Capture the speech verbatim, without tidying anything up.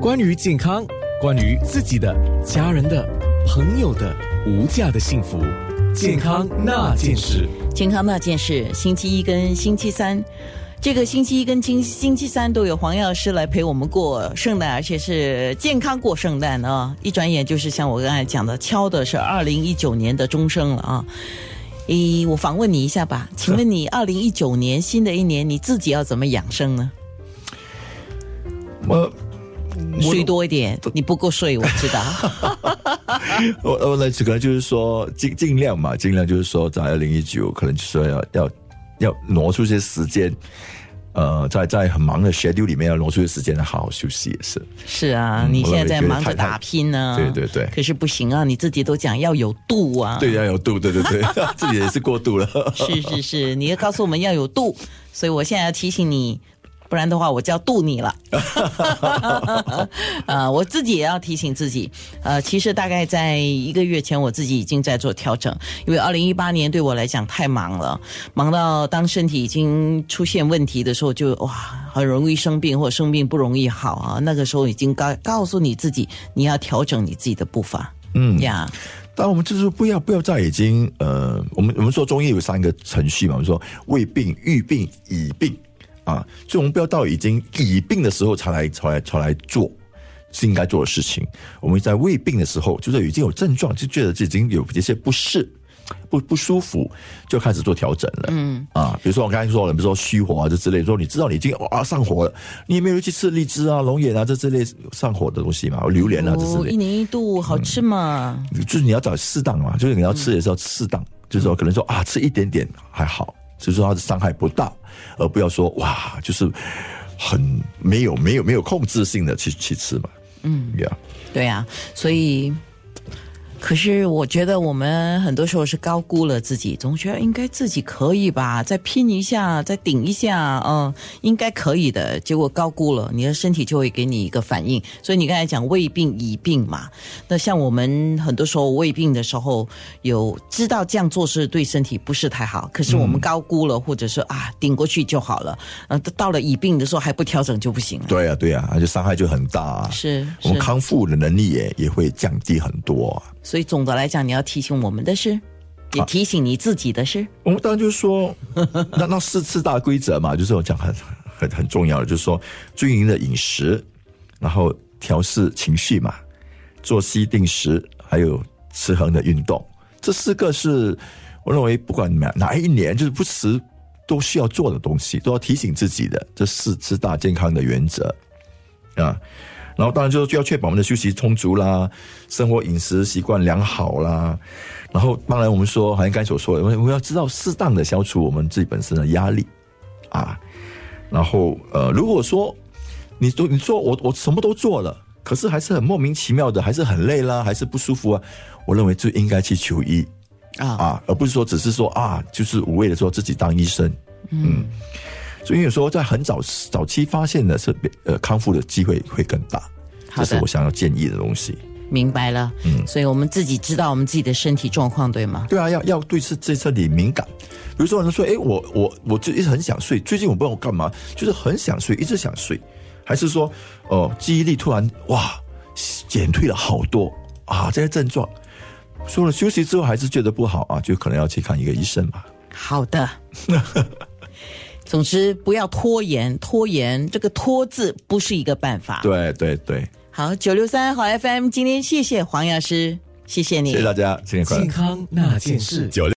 关于健康，关于自己的、家人的、朋友的无价的幸福，健康那件事。 健康那件事，星期一跟星期三。这个星期一跟星星期三都有黄药师来陪我们过圣诞，而且是健康过圣诞啊！一转眼就是像我刚才讲的，敲的是二零一九年的钟声了啊！诶，我访问你一下吧，请问你二零一九年新的一年，你自己要怎么养生呢？ 我睡多一点，你不够睡，我知道。 我我呢，可能就是说尽尽量嘛，尽量就是说在二零一九，可能就是说要要要挪出些时间。呃，在在很忙的 schedule 里面要挪出时间来好好休息也是。 是啊，嗯、你现在在忙着打拼呢、啊。 对对对。 可是不行啊，你自己都讲要有度啊。 对，要有度，对对对，自己也是过度了。 是是是，你要告诉我们要有度，所以我现在要提醒你。不然的话我就要度你了。呃，我自己也要提醒自己，呃，其实大概在一个月前我自己已经在做调整，因为二零一八年对我来讲太忙了，忙到当身体已经出现问题的时候就哇很容易生病，或者生病不容易好啊，那个时候已经告告诉你自己你要调整你自己的步伐。嗯呀。Yeah。 但我们就是不要不要再已经呃，我们我们说中医有三个程序嘛，我们说未病、预病、已病。啊，所以我们不要到已经已病的时候才来才来才来做是应该做的事情。我们在未病的时候，就是已经有症状，就觉得已经有一些不适、不不舒服，就开始做调整了。嗯，啊，比如说我刚才说了，比如说虚火啊这之类，说你知道你已经啊上火了，你有没有去吃荔枝啊、龙眼啊这之类上火的东西嘛？榴莲啊这之类， 一年一度好吃嘛、 嗯？就是你要找适当嘛，就是你要吃也是要适当，嗯、就是说可能说啊吃一点点还好。就是说它的伤害不大，而不要说哇，就是很没有没有没有控制性的去去吃嘛。嗯， yeah. 对啊，所以。可是我觉得我们很多时候是高估了自己，总觉得应该自己可以吧，再拼一下，再顶一下，嗯，应该可以的。结果高估了，你的身体就会给你一个反应。所以你刚才讲未病已病嘛，那像我们很多时候未病的时候，有知道这样做是对身体不是太好，可是我们高估了，嗯、或者是啊顶过去就好了，呃，到了已病的时候还不调整就不行了。 对啊，对啊，而且伤害就很大、啊。 是， 我们康复的能力也也会降低很多、啊。 所以总的来讲，你要提醒我们的是，也提醒你自己的是，啊、 我们当然就是说，那那四四大规则嘛，就是我讲很很很重要的，就是说均匀的饮食，然后调试情绪嘛，作息定时，还有持衡的运动，这四个是我认为不管哪哪一年，就是不时都需要做的东西，都要提醒自己的这四四大健康的原则啊。然后当然就要确保我们的休息充足啦，生活饮食习惯良好啦。然后当然我们说，好像刚才所说的，我们要知道适当的消除我们自己本身的压力啊。然后呃，如果说你都你说我我什么都做了，可是还是很莫名其妙的，还是很累啦，还是不舒服啊，我认为就应该去求医啊, 啊，而不是说只是说啊，就是无谓的说自己当医生。嗯。嗯所以有时候在很早早期发现的是呃康复的机会会更大，这是我想要建议的东西。 明白了，嗯，所以我们自己知道我们自己的身体状况，对吗？ 对啊，要要对这身体敏感。比如说有人说，哎，我我我就一直很想睡，最近我不知道我干嘛，就是很想睡，一直想睡，还是说哦、呃、记忆力突然哇减退了好多啊，这些症状，说了休息之后还是觉得不好啊，就可能要去看一个医生嘛。 好的。总之不要拖延，拖延这个拖字不是一个办法。 对对对。 好，九六三好 F M， 今天谢谢黄药师，谢谢你， 谢谢大家，新年快乐。 健康那件事。